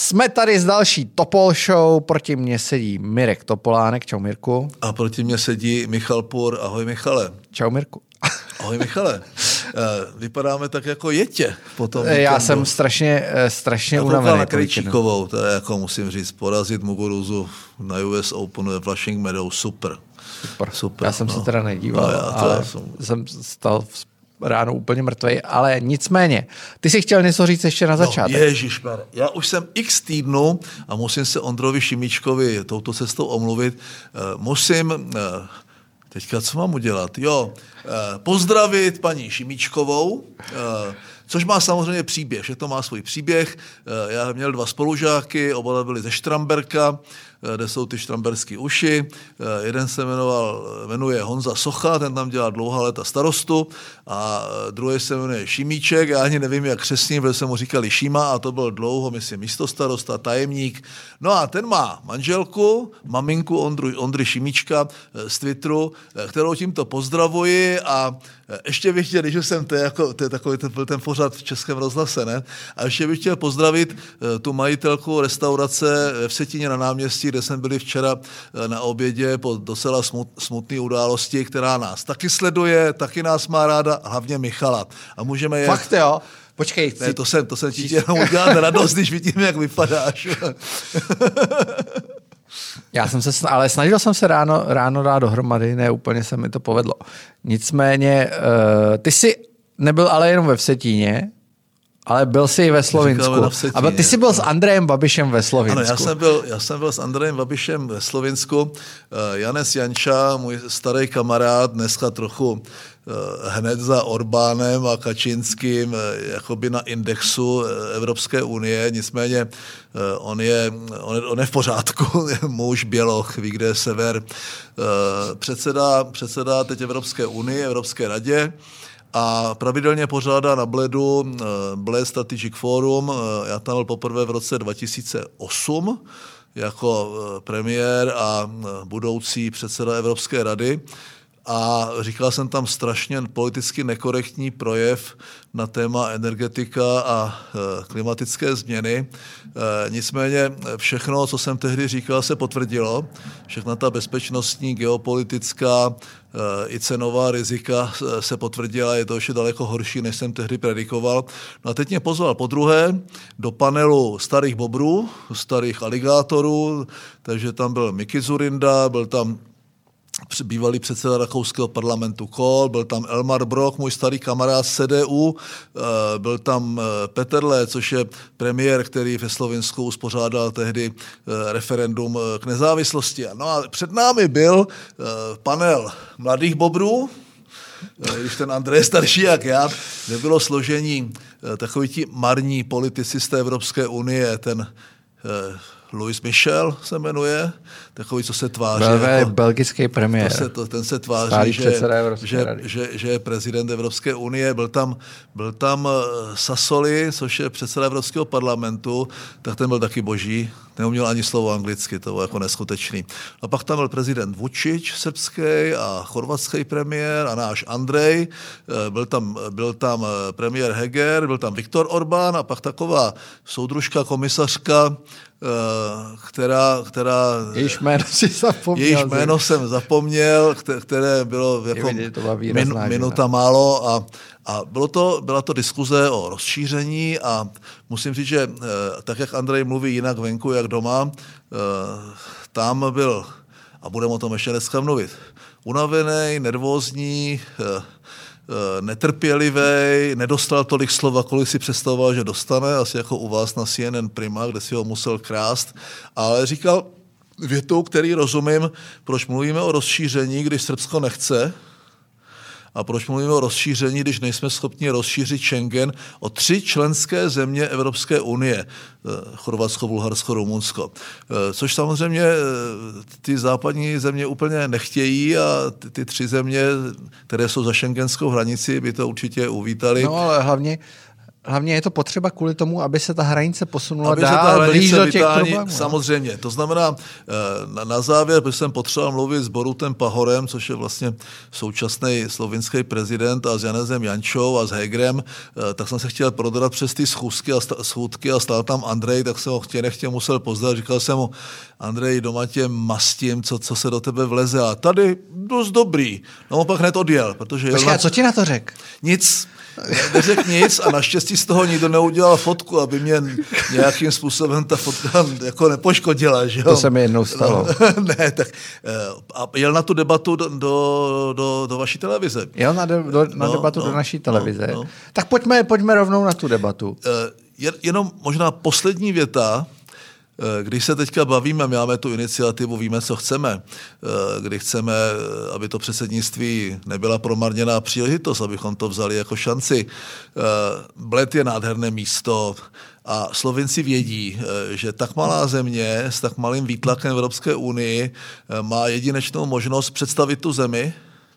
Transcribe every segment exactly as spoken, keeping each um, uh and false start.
Jsme tady s další Topol Show, proti mně sedí Mirek Topolánek, čau Mirku. A proti mně sedí Michal Pur, ahoj Michale. Čau Mirku. Ahoj Michale. Vypadáme tak jako jetě potom. Já jsem strašně, strašně unavený. Na Krejčíkovou, to je jako musím říct, porazit Muguruzu na U S Open ve Flushing Meadows, super. Super. super Já jsem no. se teda nedíval, no, já, ale jsem... jsem stal ráno úplně mrtvej, ale nicméně. Ty jsi chtěl něco říct ještě na začátek. No, ježišmar, já už jsem x týdnů a musím se Ondrovi Šimíčkovi touto cestou omluvit. Uh, musím... Uh, Teďka co mám udělat? Jo, pozdravit paní Šimíčkovou, což má samozřejmě příběh, že to má svůj příběh. Já měl dva spolužáky, oba byli ze Štramberka, kde jsou ty štramberský uši. Jeden se jmenoval, jmenuje Honza Socha, ten tam dělá dlouhá léta starostu, a druhý se jmenuje Šimíček, já ani nevím, jak křesním, protože se mu říkali Šima, a to byl dlouho, myslím, místostarosta, tajemník. No a ten má manželku, maminku Ondru, Ondry Šimíčka z Twitteru, kterou tímto pozdravuji, a ještě bych chtěl, když jsem to, jako, to je takový, to byl ten pořad v Českém rozhlase, ne? A ještě bych chtěl pozdravit tu majitelku restaurace v Vsetíně na náměstí, kde jsme byli včera na obědě po docela smut, smutné události, která nás taky sleduje, taky nás má ráda, hlavně Michala. A můžeme je... Fakt jo? Počkej. Ne, to jsem, to jsem ti jenom udělat radost, když vidím, jak vypadáš. Já jsem se, ale snažil jsem se ráno, ráno dát dohromady, ne úplně se mi to povedlo. Nicméně, uh, ty jsi nebyl ale jenom ve Vsetíně, ale byl jsi i ve Slovinsku. A ty jsi byl s Andrejem Babišem ve Slovinsku. Ano, já jsem byl, já jsem byl s Andrejem Babišem ve Slovinsku. Uh, Janez Janča, můj starý kamarád, dneska trochu uh, hned za Orbánem a Kačinským, uh, jakoby na indexu uh, Evropské unie, nicméně uh, on, je, on, je, on je v pořádku, muž běloch, ví, kde je sever. Uh, předseda, předseda teď Evropské unie, Evropské radě, a pravidelně pořádá na Bledu uh, Bled Strategic Forum. Uh, já tam byl poprvé v roce dva tisíce osm jako uh, premiér a uh, budoucí předseda Evropské rady. A říkal jsem tam strašně politicky nekorektní projev na téma energetika a e, klimatické změny. E, nicméně všechno, co jsem tehdy říkal, se potvrdilo. Všechna ta bezpečnostní, geopolitická e, i cenová rizika se potvrdila. Je to ještě daleko horší, než jsem tehdy predikoval. No a teď mě pozval podruhé do panelu starých bobrů, starých aligátorů, takže tam byl Miki Zurinda, byl tam bývalý předseda rakouského parlamentu Kohl, byl tam Elmar Brok, můj starý kamarád z C D U, byl tam Peterle, což je premiér, který ve Slovinsku uspořádal tehdy referendum k nezávislosti. No a před námi byl panel mladých bobrů, když ten Andrej je starší jak já, nebylo složení takový ti marní politici z té Evropské unie, ten Louis Michel se jmenuje, takový, co se tváří. Belvé, jako, belgický premiér. To se, to, ten se tváří, že, že, že, že je prezident Evropské unie. Byl tam, byl tam Sassoli, což je předseda Evropského parlamentu, tak ten byl taky boží. Neuměl ani slovo anglicky, to bylo jako neskutečný. A pak tam byl prezident Vučić, srbský, a chorvatský premiér, a náš Andrej. Byl tam, byl tam premiér Heger, byl tam Viktor Orbán, a pak taková soudružka, komisařka, která... která jejíž jméno si zapomněl. Jejíž jméno jsem zapomněl, které bylo jako min, minuta málo, a, a bylo to, byla to diskuze o rozšíření, a musím říct, že tak, jak Andrej mluví jinak venku, jak doma, tam byl, a budeme o tom ještě dneska mluvit, unavený, nervózní, netrpělivý, nedostal tolik slova, kolik si představoval, že dostane, asi jako u vás na C N N Prima, kde si ho musel krást, ale říkal větou, který rozumím, proč mluvíme o rozšíření, když Srbsko nechce, a proč mluvíme o rozšíření, když nejsme schopni rozšířit Schengen o tři členské země Evropské unie, Chorvatsko, Bulharsko, Rumunsko. Což samozřejmě ty západní země úplně nechtějí, a ty, ty tři země, které jsou za schengenskou hranici, by to určitě uvítali. No ale hlavně hlavně je to potřeba kvůli tomu, aby se ta hranice posunula aby dál, blíž do těch vytání, problémů. samozřejmě. To znamená, na, na závěr, protože jsem potřeboval mluvit s Borutem Pahorem, což je vlastně současný slovinský prezident, a s Janezem Jančou a s Hegerem, tak jsem se chtěl prodat přes ty schůzky a, sta, schůdky a stál tam Andrej, tak jsem ho chtě nechtě musel pozdravit. Říkal jsem mu, Andrej, doma tě mastím, co, co se do tebe vleze. A tady dost dobrý. No, pak hned odjel, protože... Počkej, na... co ti na to řekl? Nic. Neřekl nic a naštěstí z toho nikdo neudělal fotku, aby mě nějakým způsobem ta fotka jako nepoškodila. Že jo? To se mi jednou stalo. Ne, tak a jel na tu debatu do, do, do, do vaší televize. Jel na, de, do, na no, debatu no, do naší televize. No, no. Tak pojďme, pojďme rovnou na tu debatu. Jen, jenom možná poslední věta. Když se teďka bavíme, máme tu iniciativu, víme, co chceme, kdy chceme, aby to předsednictví nebyla promarněná příležitost, abychom to vzali jako šanci. Bled je nádherné místo a Slovinci vědí, že tak malá země s tak malým výtlakem v Evropské unii má jedinečnou možnost představit tu zemi,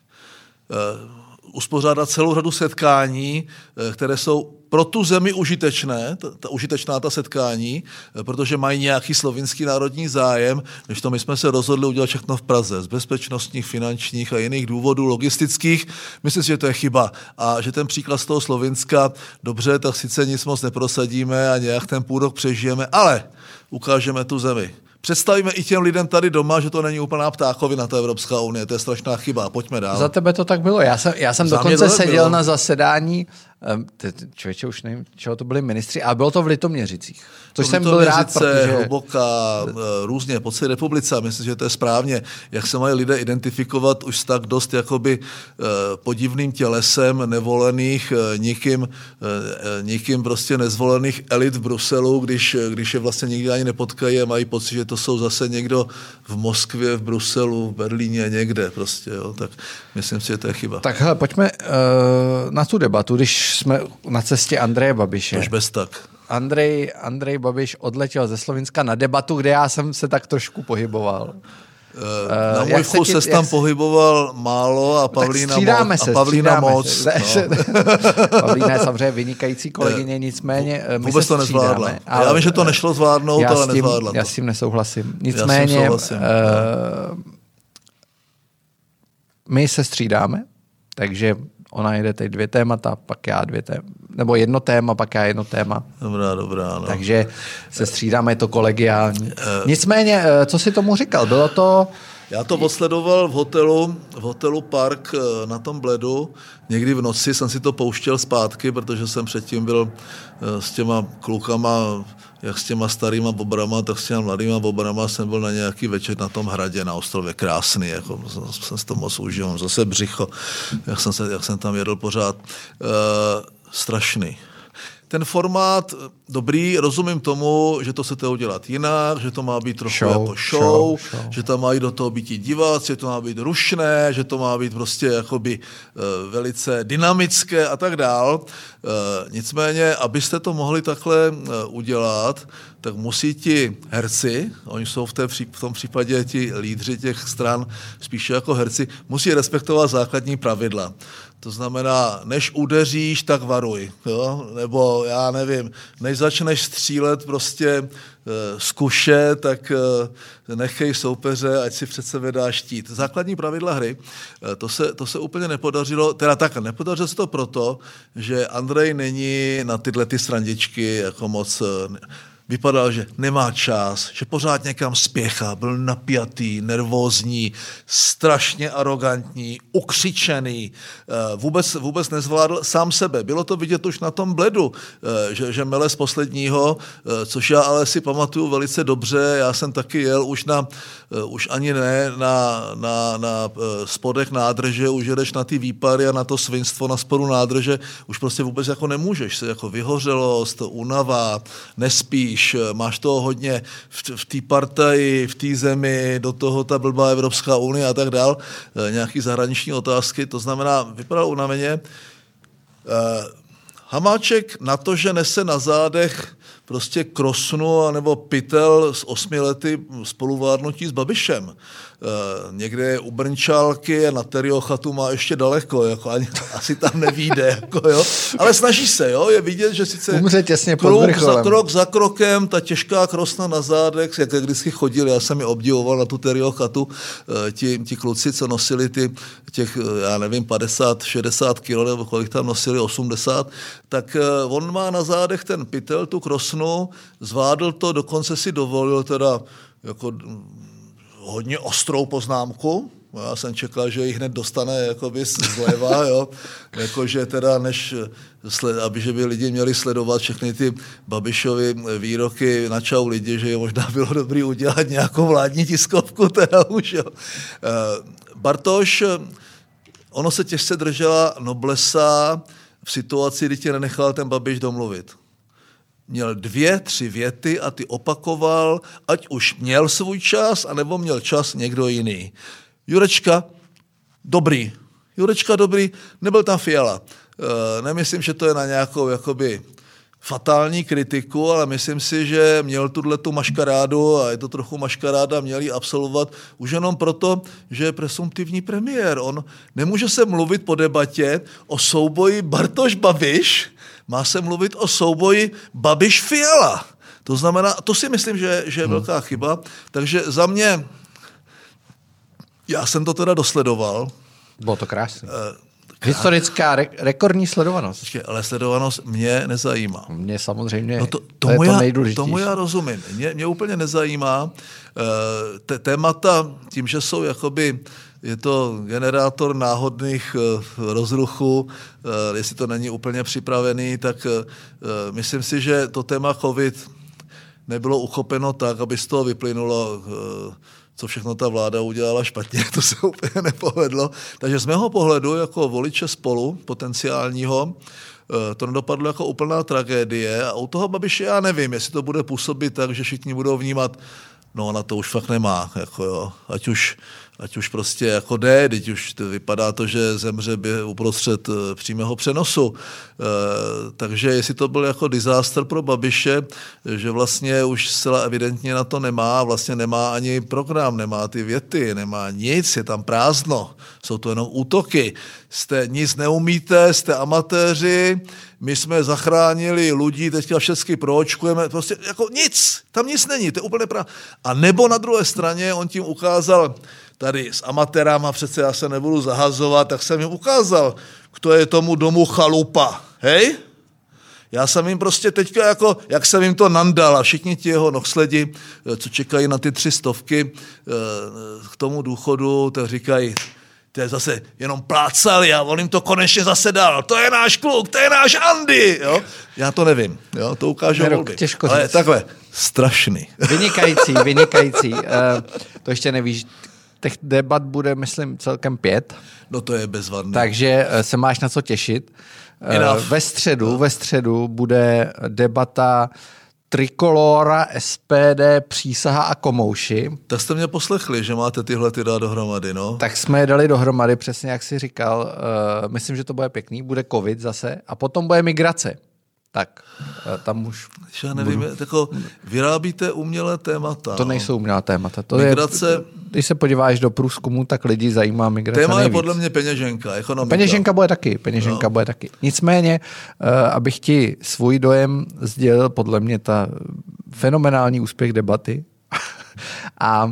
uspořádat celou řadu setkání, které jsou pro tu zemi užitečné, ta, ta užitečná ta setkání, protože mají nějaký slovinský národní zájem, než to my jsme se rozhodli udělat všechno v Praze, z bezpečnostních, finančních a jiných důvodů logistických. Myslím si, že to je chyba a že ten příklad z toho Slovinska, dobře, tak sice nic moc neprosadíme a nějak ten půl rok přežijeme, ale ukážeme tu zemi. Představíme i těm lidem tady doma, že to není úplná ptákovina, ta Evropská unie, to je strašná chyba. Pojďme dál. Za tebe to tak bylo. Já jsem, já jsem dokonce seděl bylo. na zasedání, člověče, už nevím, čeho to byli ministři, a bylo to v Litoměřicích. Což jsem byl rád, protože... Hluboká, různě, po celé republice, a myslím, že to je správně, jak se mají lidé identifikovat už s tak dost jakoby podivným tělesem nevolených, nikým, nikým prostě nezvolených elit v Bruselu, když, když je vlastně nikdy ani nepotkají a mají pocit, že to jsou zase někdo v Moskvě, v Bruselu, v Berlíně, někde prostě, jo, tak myslím si, že to je chyba. Tak hele, pojďme uh, na tu debatu, když jsme na cestě Andreje Babiše. Tož bez tak. Andrej, Andrej Babiš odletěl ze Slovinska na debatu, kde já jsem se tak trošku pohyboval. Na uh, můj vkus se tam pohyboval málo a Pavlína, mo- se, a Pavlína moc. No. Pavlína je samozřejmě vynikající kolegyně, nicméně my vůbec se to nezvládla. Ale já vím, že to nešlo zvládnout, ale tím, nezvládla to. Já s tím nesouhlasím. Nicméně uh, my se střídáme, takže ona jede teď dvě témata, pak já dvě témata, nebo jedno téma, pak já jedno téma. Dobrá, dobrá. No. Takže se střídáme, je to kolegiální. Nicméně, co si tomu říkal? Bylo to... Já to odsledoval v hotelu, v hotelu Park na tom Bledu. Někdy v noci jsem si to pouštěl zpátky, protože jsem předtím byl s těma klukama, jak s těma starýma bobrama, tak s těma mladýma bobrama jsem byl na nějaký večer na tom hradě na ostrově, krásný, jako jsem si to moc užil, zase břicho, jak jsem, se, jak jsem tam jedl pořád. E, strašný. Ten formát dobrý, rozumím tomu, že to chcete udělat jinak, že to má být trochu show, jako show, show, show, že tam mají do toho být i diváci, že to má být rušné, že to má být prostě jakoby e, velice dynamické a tak dál. E, nicméně, abyste to mohli takhle e, udělat, tak musí ti herci, oni jsou v, té, v tom případě ti lídři těch stran spíše jako herci, musí respektovat základní pravidla. To znamená, než udeříš, tak varuj. Jo? Nebo já nevím, než začneš střílet prostě e, z kuše, tak e, nechej soupeře, ať si před sebe dá štít. Základní pravidla hry, e, to, se, to se úplně nepodařilo, teda tak, nepodařilo se to proto, že Andrej není na tyhle ty srandičky jako moc... E, Vypadal, že nemá čas, že pořád někam spěchá, byl napjatý, nervózní, strašně arrogantní, ukřičený, vůbec, vůbec nezvládl sám sebe. Bylo to vidět už na tom Bledu, že, že mele z posledního, což já ale si pamatuju velice dobře, já jsem taky jel už na, už ani ne na, na, na spodech nádrže, už jedeš na ty výpary a na to svinstvo na spodu nádrže, už prostě vůbec jako nemůžeš, se jako vyhořelost, únava, nespíš, máš toho hodně v, v té partaji, v té zemi, do toho ta blbá Evropská unie a tak dál, e, nějaký zahraniční otázky, to znamená, vypadal unaveně. E, Hamáček na to, že nese na zádech prostě krosnu nebo pytel z osmi lety spoluvládnutí s Babišem. Uh, někde je u Brnčálky a na Terryho chatu má ještě daleko, jako ani, asi tam nevíde, jako, jo. Ale snaží se, jo, je vidět, že sice umře těsně pod krok vrcholem. za krok za krokem, ta těžká krosna na zádech, jak vždycky chodili, já jsem je obdivoval na tu Terryho chatu, uh, ti, ti kluci, co nosili ty, těch, já nevím, padesát, šedesát kilo, nebo kolik tam nosili, osmdesát, tak uh, on má na zádech ten pytel, tu krosnu, zvládl to, dokonce si dovolil teda jako hodně ostrou poznámku. Já jsem čekal, že ji hned dostane jakoby zleva, jo. Jakože teda než, aby že by lidi měli sledovat všechny ty Babišovy výroky na čau lidi, že je možná bylo dobrý udělat nějakou vládní tiskovku, teda už, jo. Bartoš, ono se těžce držela noblesa v situaci, kdy tě nenechal ten Babiš domluvit. Měl dvě, tři věty a ty opakoval, ať už měl svůj čas, anebo měl čas někdo jiný. Jurečka, dobrý. Jurečka, dobrý, nebyl tam Fiala. E, nemyslím, že to je na nějakou jakoby fatální kritiku, ale myslím si, že měl tuto maškarádu a je to trochu maškaráda, měl ji absolvovat už jenom proto, že je presumptivní premiér. On nemůže se mluvit po debatě o souboji Bartoš-Babiš, má se mluvit o souboji Babiš-Fiala. To znamená, to si myslím, že, že je hmm. velká chyba. Takže za mě, já jsem to teda dosledoval. Bylo to krásné. Uh, Historická re- rekordní sledovanost. Ale sledovanost mě nezajímá. Mě samozřejmě no to, tomu to je to já, nejdůležitější. Tomu já rozumím. Mě, mě úplně nezajímá. T- témata, tím, že jsou jakoby, je to generátor náhodných rozruchů, jestli to není úplně připravený, tak myslím si, že to téma COVID nebylo uchopeno tak, aby z toho vyplynulo, co všechno ta vláda udělala špatně, to se úplně nepovedlo. Takže z mého pohledu, jako voliče Spolu, potenciálního, to nedopadlo jako úplná tragédie a u toho Babiše já nevím, jestli to bude působit tak, že všichni budou vnímat, no ona to už fakt nemá, jako jo, ať už, ať už prostě jako jde, teď už to vypadá to, že zemře uprostřed přímého přenosu. E, takže jestli to byl jako disaster pro Babiše, že vlastně už zcela evidentně na to nemá, vlastně nemá ani program, nemá ty věty, nemá nic, je tam prázdno, jsou to jenom útoky. Jste nic neumíte, jste amatéři, my jsme zachránili lidi, teďka všechny proočkujeme, prostě jako nic, tam nic není, to je úplně pravda. A nebo na druhé straně on tím ukázal, tady s amatérama přece já se nebudu zahazovat, tak jsem jim ukázal, kdo je tomu domu chalupa, hej? Já jsem jim prostě teďka jako, jak jsem jim to nandal a všichni ti jeho nohsledi, co čekají na ty tři stovky k tomu důchodu, tak říkají, to je zase jenom plácali a on jim to konečně zase dal. To je náš kluk, to je náš Andy. Jo? Já to nevím, jo? To ukážu volby. Ale takhle, strašný. Vynikající, vynikající. Uh, to ještě nevíš, těch debat bude, myslím, celkem pět. No to je bezvadné. Takže uh, se máš na co těšit. Uh, ve středu, no. ve středu bude debata Trikolóra, S P D, Přísaha a Komouši. Tak jste mě poslechli, že máte tyhle ty dát dohromady, no? Tak jsme je dali dohromady, přesně jak jsi říkal. Uh, myslím, že to bude pěkný. Bude covid zase a potom bude migrace. Tak, uh, tam už... Já nevím, budu... tako, vyrábíte umělé témata. To nejsou umělé témata. To migrace... Je, když se podíváš do průzkumu, tak lidi zajímá migrace Téma nejvíc. je podle mě peněženka, ekonomika. Peněženka bude taky, peněženka no. bude taky. Nicméně, uh, abych ti svůj dojem sdělil, podle mě ta fenomenální úspěch debaty a uh,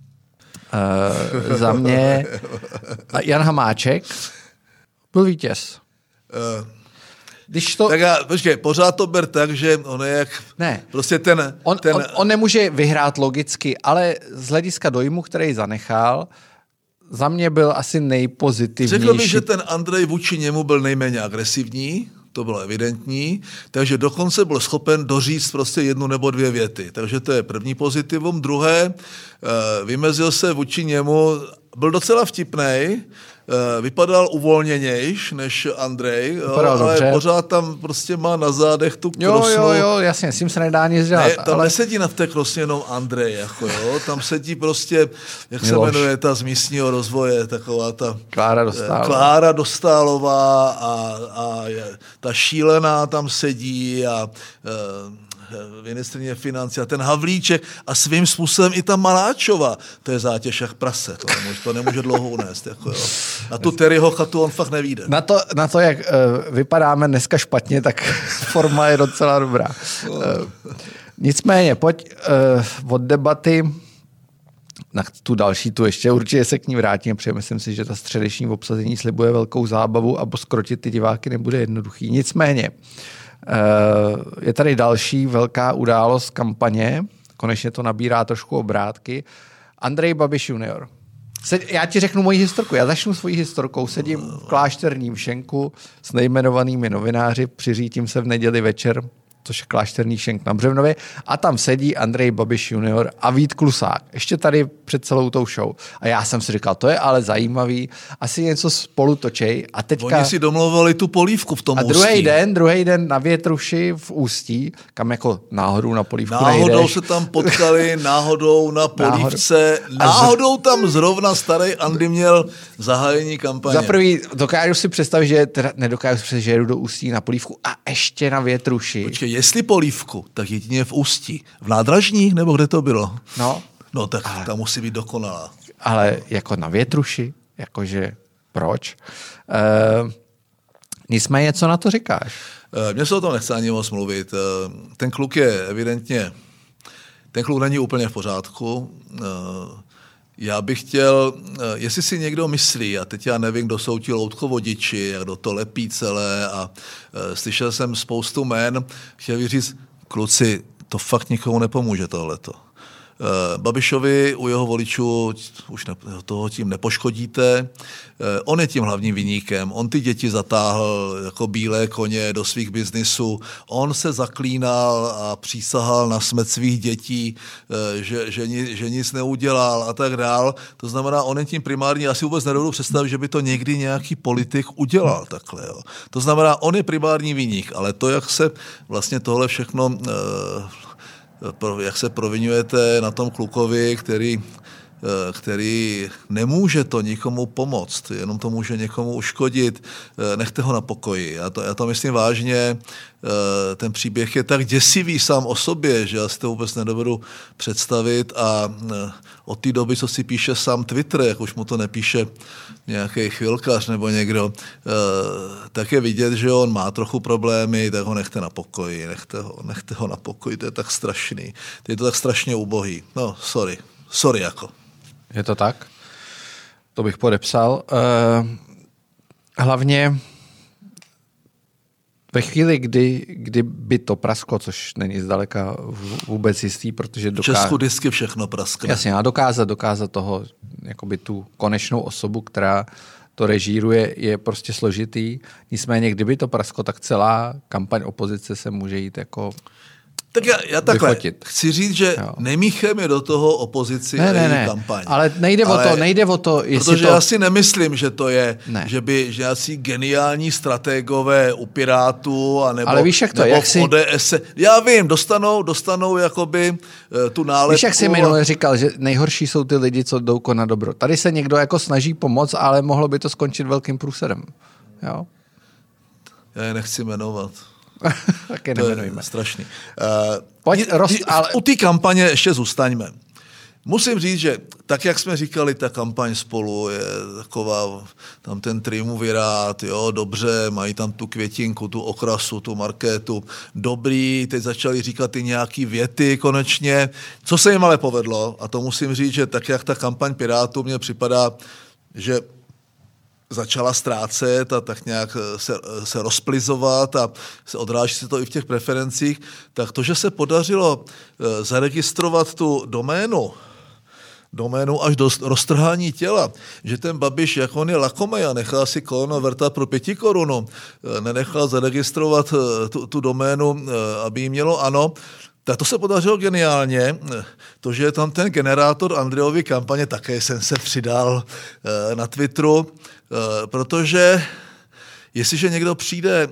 za mě Jan Hamáček byl vítěz. Uh. Když to... Tak já, počkej, pořád to ber tak, že on je jak... Ne. Prostě ten... On, ten... On, on nemůže vyhrát logicky, ale z hlediska dojmu, který zanechal, za mě byl asi nejpozitivnější. Řekl bych, že ten Andrej vůči němu byl nejméně agresivní, to bylo evidentní, takže dokonce byl schopen doříct prostě jednu nebo dvě věty. Takže to je první pozitivum. Druhé, vymezil se vůči němu, byl docela vtipnej, vypadal uvolněnějš než Andrej, vypadal ale dobře. Pořád tam prostě má na zádech tu jo, krosnu. Jo, jo, jasně, s tím se nedá nic dělat. Ne, tam ale... nesedí na té krosně jenom Andrej, jako jo, tam sedí prostě, jak Miloš. Se jmenuje ta z místního rozvoje, taková ta... Klára Dostálová. Klára Dostálová a, a je, ta šílená tam sedí a... Uh, ministryně financí a ten Havlíček a svým způsobem i ta Maláčová. To je zátěž jak prase. To nemůže, to nemůže dlouho unést. Jako jo. Na tu Terryho chatu on fakt nevíde. Na to, na to, jak uh, vypadáme dneska špatně, tak forma je docela dobrá. Uh, nicméně, pojď uh, od debaty na tu další, tu ještě určitě se k ní vrátím, protože myslím si, že ta středeční obsazení slibuje velkou zábavu a skrotit ty diváky nebude jednoduchý. Nicméně, je tady další velká událost kampaně, konečně to nabírá trošku obrátky. Andrej Babiš junior. Já ti řeknu moji historku, já začnu svojí historkou, sedím v klášterním šenku s nejmenovanými novináři, přiřítím se v neděli večer, což je klášterní šenk na Břevnově, a tam sedí Andrej Babiš junior a Vít Klusák, ještě tady před celou tou show. A já jsem si říkal, to je ale zajímavý, asi něco spolu točej. A teďka... Oni si domlouvali tu polívku v tom a Ústí. A druhý den, druhý den na Větruši v Ústí, kam jako náhodou na polívku náhodou nejdeš. Se tam potkali, náhodou na polívce, náhodou, náhodou tam zrovna starý Andy měl zahájení kampaně. Za prvý, dokážu si představit, že teda nedokážu si představit, že jedu do Ústí na polívku a ještě na Větruši. Počkej, jestli polívku, tak jedině v Ústí. V Nádražních, nebo kde to bylo? No. No tak ale, ta musí být dokonalá. Ale jako na Větruši, jakože proč? Uh, nicméně, co na to říkáš? Uh, mně se o tom nechce ani moc mluvit. Uh, ten kluk je evidentně, ten kluk není úplně v pořádku. Uh, Já bych chtěl, jestli si někdo myslí, a teď já nevím, kdo jsou ti loutkovodiči, jak kdo to lepí celé, a e, slyšel jsem spoustu jmén, chtěl bych říct, kluci, to fakt nikomu nepomůže tohleto. E, Babišovi u jeho voličů už ne, toho tím nepoškodíte. E, on je tím hlavním viníkem. On ty děti zatáhl jako bílé koně do svých biznisů. On se zaklínal a přísahal na smrt svých dětí, e, že, že, že nic neudělal a tak dál. To znamená, on je tím primární. Já si vůbec nedovedu představit, že by to někdy nějaký politik udělal takhle. Jo. To znamená, on je primární viník, ale to, jak se vlastně tohle všechno... E, jak se provinujete na tom klukovi, který, který nemůže to nikomu pomoct, jenom to může někomu uškodit, nechte ho na pokoji. Já to, já to myslím vážně, ten příběh je tak děsivý sám o sobě, že já si to vůbec nedovedu představit a od té doby, co si píše sám Twitter, jak už mu to nepíše nějaký chvilkař nebo někdo, tak je vidět, že on má trochu problémy, tak ho nechte na pokoji, nechte ho, nechte ho na pokoji, to je tak strašný, to je to tak strašně ubohý. No, sorry, sorry jako. Je to tak? To bych podepsal. Uh, hlavně ve chvíli, kdy, kdy by to prasklo, což není zdaleka vůbec jistý, protože dokáže... V Česku vždycky všechno praskne. Jasně, a dokázat, dokázat toho, jakoby tu konečnou osobu, která to režíruje, je prostě složitý. Nicméně, kdyby to prasklo, tak celá kampaň opozice se může jít jako... Tak já, já takhle vyfotit. Chci říct, že jo. nemícháme do toho opozici ne, a ne, její ne. kampaň. Ale nejde ale, o to, nejde o to, jestli protože to... já si nemyslím, že to je, ne. že by nějací geniální strategové u Pirátů a nebo, ale víš, jak to, nebo jak v si... O D S. Já vím, dostanou, dostanou jakoby tu nálepku. Víš, jak jsi minule říkal, že nejhorší jsou ty lidi, co jdou na dobro. Tady se někdo jako snaží pomoct, ale mohlo by to skončit velkým průserem. Jo? Já je nechci jmenovat. Taky to nemenujme. Je strašný. Uh, Pojď, roz, ale... U té kampaně ještě zůstaňme. Musím říct, že tak, jak jsme říkali, ta kampaň Spolu je taková, tam ten triumvirát, jo, dobře, mají tam tu květinku, tu okrasu, tu markétu, dobrý, teď začali říkat i nějaký věty konečně, co se jim ale povedlo, a to musím říct, že tak, jak ta kampaň Pirátů mně připadá, že začala ztrácet a tak nějak se, se rozplizovat a se odráží se to i v těch preferencích, tak to, že se podařilo zaregistrovat tu doménu, doménu až do roztrhání těla, že ten Babiš, jak on je lakomej a nechal si koleno vrtat pro pěti korunu, nenechal zaregistrovat tu, tu doménu, aby jí mělo ano, tak to se podařilo geniálně. To, že je tam ten generátor Andrejovy kampaně, také jsem se přidal na Twitteru, protože jestliže někdo přijde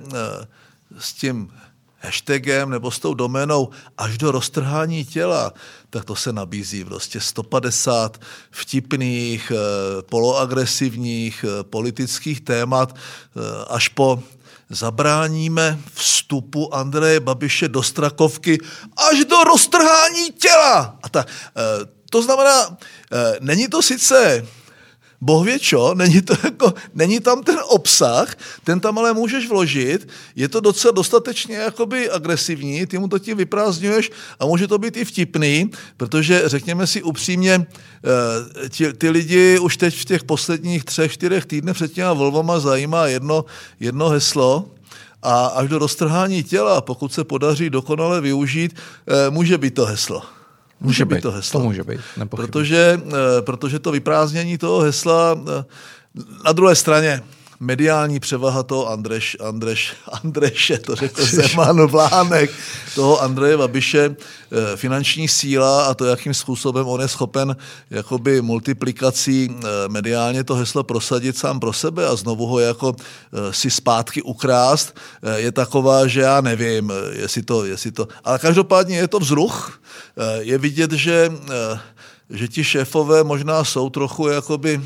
s tím hashtagem nebo s tou doménou až do roztrhání těla, tak to se nabízí prostě sto padesát vtipných, poloagresivních politických témat až po zabráníme vstupu Andreje Babiše do Strakovky až do roztrhání těla. A ta, to znamená, není to sice bohvěčo, není, to jako, není tam ten obsah, ten tam ale můžeš vložit, je to docela dostatečně jakoby agresivní, ty mu to tím vyprázdňuješ a může to být i vtipný, protože řekněme si upřímně, ty, ty lidi už teď v těch posledních třech, čtyřech týdnech před těma volbama zajímá jedno, jedno heslo a až do roztrhání těla, pokud se podaří dokonale využít, může být to heslo. Může být, to heslo. To může být, protože, protože to vyprázdnění toho hesla na druhé straně mediální převaha toho Andreš, Andreš, Andreše, to řekl Zeman, Vlánek, toho Andreje Babiše, finanční síla a to, jakým způsobem on je schopen jakoby multiplikací mediálně to heslo prosadit sám pro sebe a znovu ho jako si zpátky ukrást, je taková, že já nevím, jestli to, jestli to, ale každopádně je to vzruch, je vidět, že, že ti šéfové možná jsou trochu jakoby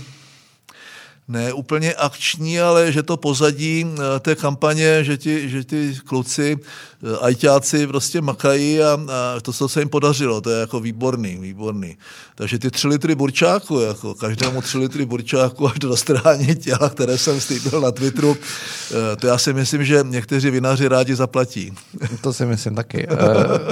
ne úplně akční, ale že to pozadí té kampaně, že ti, že ti kluci, ajťáci prostě makají a, a to, co se jim podařilo, to je jako výborný, výborný. Takže ty tři litry burčáku, jako každému tři litry burčáku až do roztrhání těla, které jsem slíbil na Twitteru, to já si myslím, že někteří vinaři rádi zaplatí. To si myslím taky. Uh,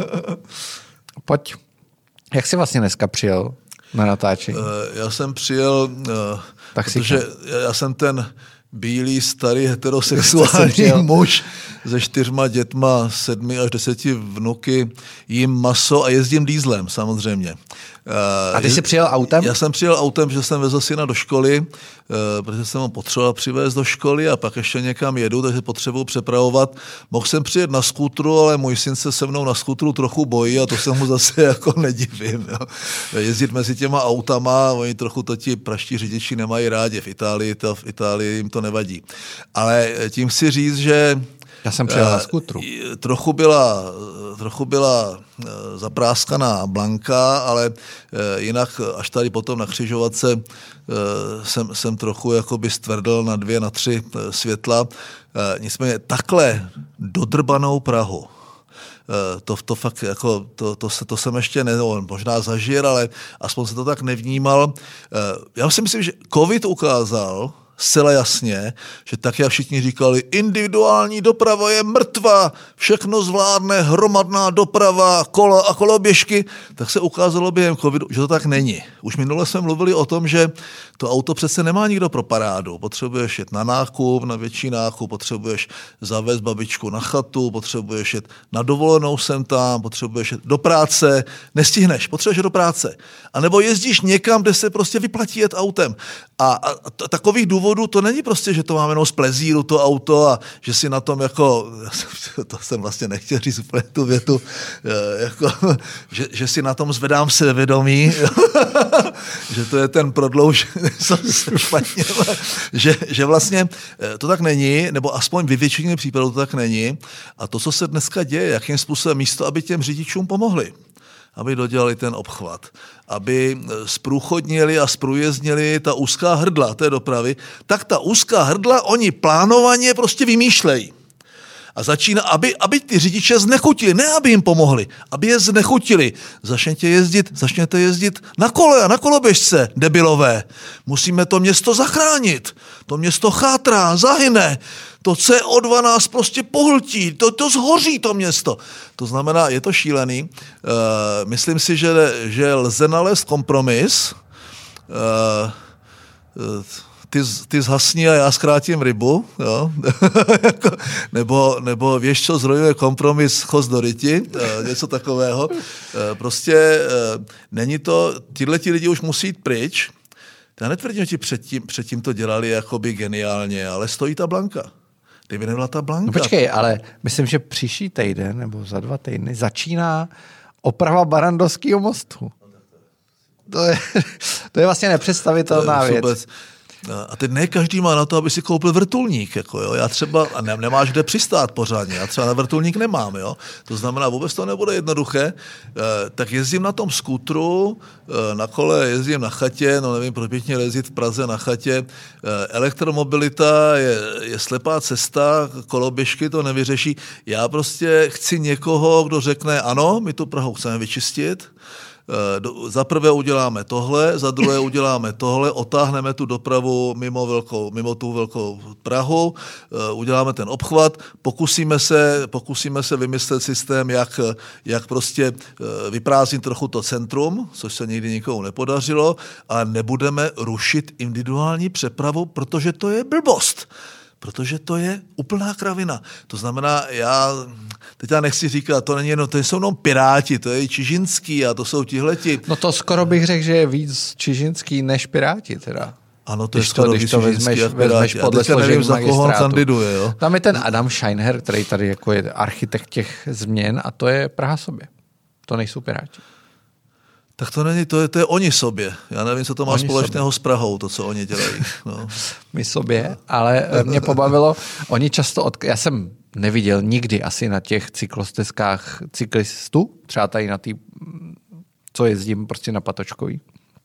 pojď. Jak jsi vlastně dneska přijel na natáčení? Uh, já jsem přijel... Uh, Protože já jsem ten bílý, starý, heterosexuální muž se čtyřma dětma, sedmi až deseti vnuky, jím maso a jezdím dýzlem samozřejmě. A ty jsi přijel autem? Já jsem přijel autem, že jsem vezl syna do školy, protože jsem ho potřeboval přivést do školy a pak ještě někam jedu, takže potřebuji přepravovat. Mohl jsem přijet na skútru, ale můj syn se se mnou na skútru trochu bojí a to se mu zase jako nedivím. Jo. Jezdit mezi těma autama, oni trochu to ti praští řidiči nemají rádi. V Itálii, to, v Itálii jim to nevadí. Ale tím chci říct, že já jsem přijel na skútru. Trochu byla, trochu byla zapráskaná Blanka, ale jinak až tady potom na křižovatce jsem, jsem trochu jakoby stvrdl na dvě, na tři světla. Nicméně takhle dodrbanou Prahu, To, to fakt jako, to, to, to jsem ještě ne, možná zažil, ale aspoň se to tak nevnímal. Já si myslím, že covid ukázal zcela jasně, že tak jak všichni říkali, individuální doprava je mrtvá, všechno zvládne hromadná doprava, kola a koloběžky, tak se ukázalo během covidu, že to tak není. Už minule jsme mluvili o tom, že to auto přece nemá nikdo pro parádu. Potřebuješ jet na nákup, na větší nákup, potřebuješ zavést babičku na chatu, potřebuješ jet na dovolenou sem tam, potřebuješ jet do práce, nestihneš, potřebuješ jet do práce. A nebo jezdíš někam, kde se prostě vyplatí jet autem. A, a, a takových důvodů to není prostě, že to máme jenom z plezíru, to auto a že si na tom jako, to jsem vlastně nechtěl říct úplně tu větu, jako, že, že si na tom zvedám sebevědomí, že to je ten prodlouž, špatně, že, že vlastně to tak není, nebo aspoň ve většině případů to tak není. A to, co se dneska děje, jakým způsobem místo, aby těm řidičům pomohli, aby dodělali ten obchvat, aby zprůchodnili a zprůjezdnili ta úzká hrdla té dopravy, tak ta úzká hrdla oni plánovaně prostě vymýšlejí. A začíná, aby, aby ty řidiče znechutili, ne aby jim pomohli, aby je znechutili. Začněte jezdit, začněte jezdit na kole a na koloběžce, debilové. Musíme to město zachránit. To město chátrá, zahyne. To C O dva nás prostě pohltí, to, to zhoří to město. To znamená, je to šílený. Uh, myslím si, že, že lze nalézt kompromis. Uh, uh, Ty, ty zhasni a já zkrátím rybu, jo? nebo, nebo věš, co zrojuje kompromis, choz do ryti, něco takového. Prostě není to, tyhleti lidi už musí jít pryč. Já netvrdím, že ti předtím, předtím to dělali jakoby geniálně, ale stojí ta Blanka. Kdyby nebyla ta Blanka. No počkej, ale myslím, že příští týden nebo za dva týdny začíná oprava Barrandovského mostu. To je, to je vlastně nepředstavitelná věc. A teď ne každý má na to, aby si koupil vrtulník. Jako, jo. Já třeba, a ne, nemáš kde přistát pořádně, já třeba na vrtulník nemám. Jo. To znamená, vůbec to nebude jednoduché. E, tak jezdím na tom skútru, e, na kole jezdím na chatě, no nevím, proč pěkně jezdit v Praze na chatě. E, elektromobilita je, je slepá cesta, koloběžky to nevyřeší. Já prostě chci někoho, kdo řekne, ano, my tu Prahu chceme vyčistit, za prvé uděláme tohle, za druhé uděláme tohle, otáhneme tu dopravu mimo, velkou, mimo tu velkou Prahu, uděláme ten obchvat, pokusíme se, pokusíme se vymyslet systém, jak, jak prostě vyprázdnit trochu to centrum, což se nikdy nikomu nepodařilo, a nebudeme rušit individuální přepravu, protože to je blbost. Protože to je úplná kravina. To znamená, já teď já nechci říkat, to není jenom, to jsou jenom Piráti, to je i Čižinský a to jsou tihleti. No to skoro bych řekl, že je víc Čižinský než Piráti teda. Ano, to je skoro víc Čižinský a Piráti. Podle já nevím, za koho on kandiduje. Jo? Tam je ten Adam Scheinher, který tady jako je architekt těch změn, a to je Praha sobě. To nejsou Piráti. Tak to není, to je, to je oni sobě. Já nevím, co to má oni společného sobě. S Prahou, to, co oni dělají. No. My sobě, ale mě pobavilo, oni často, od, já jsem neviděl nikdy asi na těch cyklostezkách cyklistů, třeba tady na tý, co jezdím prostě na Patočkový,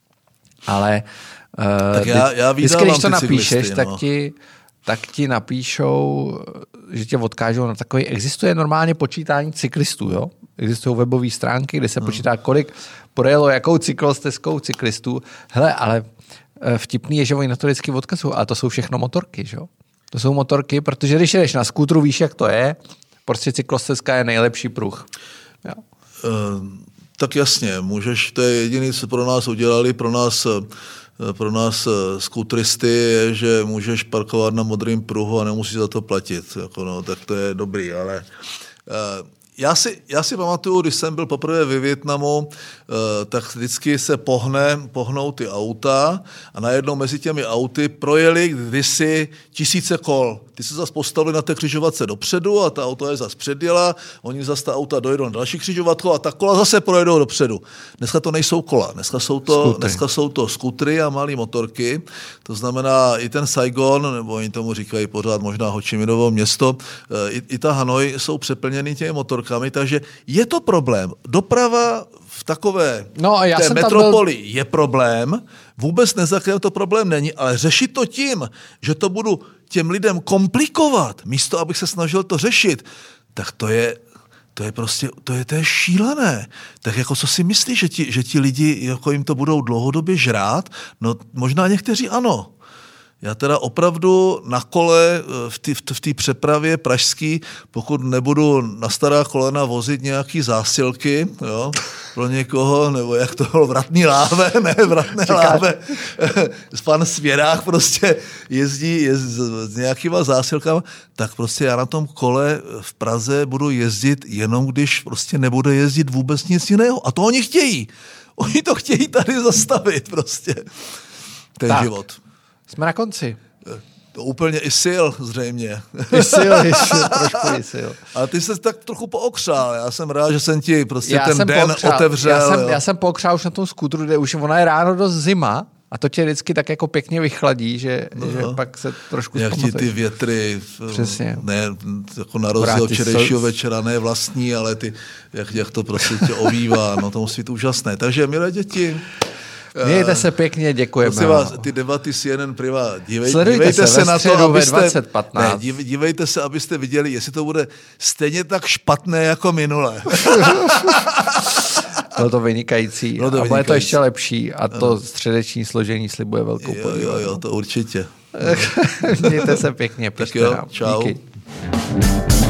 ale tak já, já vždycky, když to napíšeš, cyklisty, tak, no. ti, tak ti napíšou, že tě odkážou na takový, existuje normálně počítání cyklistů, jo? Existují webové stránky, kde se no. počítá, kolik projelo jakou cyklostezkou cyklistů. Hele, ale vtipný je, že oni na to vždycky odkazují, ale to jsou všechno motorky, že jo? To jsou motorky, protože když jdeš na skútru, víš, jak to je, prostě cyklostezka je nejlepší pruh. Jo. Uh, tak jasně, můžeš, to je jediné, co pro nás udělali, pro nás pro nás skútristy je, že můžeš parkovat na modrém pruhu a nemusíš za to platit. Jako no, tak to je dobrý, ale uh, Já si, já si pamatuju, když jsem byl poprvé ve Vietnamu, tak vždycky se pohne, pohnou ty auta a najednou mezi těmi auty projeli kdysi tisíce kol. Ty se zase postavili na té křižovatce dopředu a ta auto je zase předjela, oni zase ta auta dojedou na další křižovatku a ta kola zase projedou dopředu. Dneska to nejsou kola, dneska jsou to, dneska jsou to skutry a malé motorky, to znamená i ten Saigon, nebo oni tomu říkají pořád možná Ho Chi Minhovo město, i, i ta Hanoj jsou přeplněny těmi motorkami, takže je to problém. Doprava v takové no, já té jsem metropoli byl... je problém, vůbec nezakrývám, to problém není, ale řešit to tím, že to budu těm lidem komplikovat, místo abych se snažil to řešit, tak to je, to je prostě, to je, to je šílené. Tak jako co si myslíš, že ti, že ti lidi jako jim to budou dlouhodobě žrát? No možná někteří ano. Já teda opravdu na kole v té přepravě pražský, pokud nebudu na stará kolena vozit nějaký zásilky, jo, pro někoho, nebo jak to bylo, vratný láve, ne, vratné Čeká. láve, pan Svěrák prostě jezdí, jezdí s nějakýma zásilkama, tak prostě já na tom kole v Praze budu jezdit jenom, když prostě nebude jezdit vůbec nic jiného. A to oni chtějí. Oni to chtějí tady zastavit prostě. Ten tak. život. Jsme na konci. To úplně i sil, zřejmě. I sil, i sil, trošku i sil. Ale ty jsi tak trochu pookřál. Já jsem rád, že jsem ti prostě já ten jsem den pookřál. otevřel. Já jsem, já jsem pookřál už na tom skútru, kde už ona je ráno dost zima a to tě vždycky tak jako pěkně vychladí, že, no, že pak se trošku jak ti ty větry, přesně. Ne jako na rozdíl včerejšího so... večera, ne vlastní, ale ty, jak, jak to prostě tě ovívá, no to musí být úžasné. Takže milé děti, mějte se pěkně, děkujeme. Vás, ty debaty C N N Prima, dívej, dívejte se, se na to, abyste, dvacet patnáct. Ne, dív, dívejte se, abyste viděli, jestli to bude stejně tak špatné jako minule. Bylo to vynikající. Bylo to a vynikající. bude to ještě lepší a to středeční složení slibuje velkou jo, jo, jo, to určitě. Mějte se pěkně, tak jo, čau. Díky.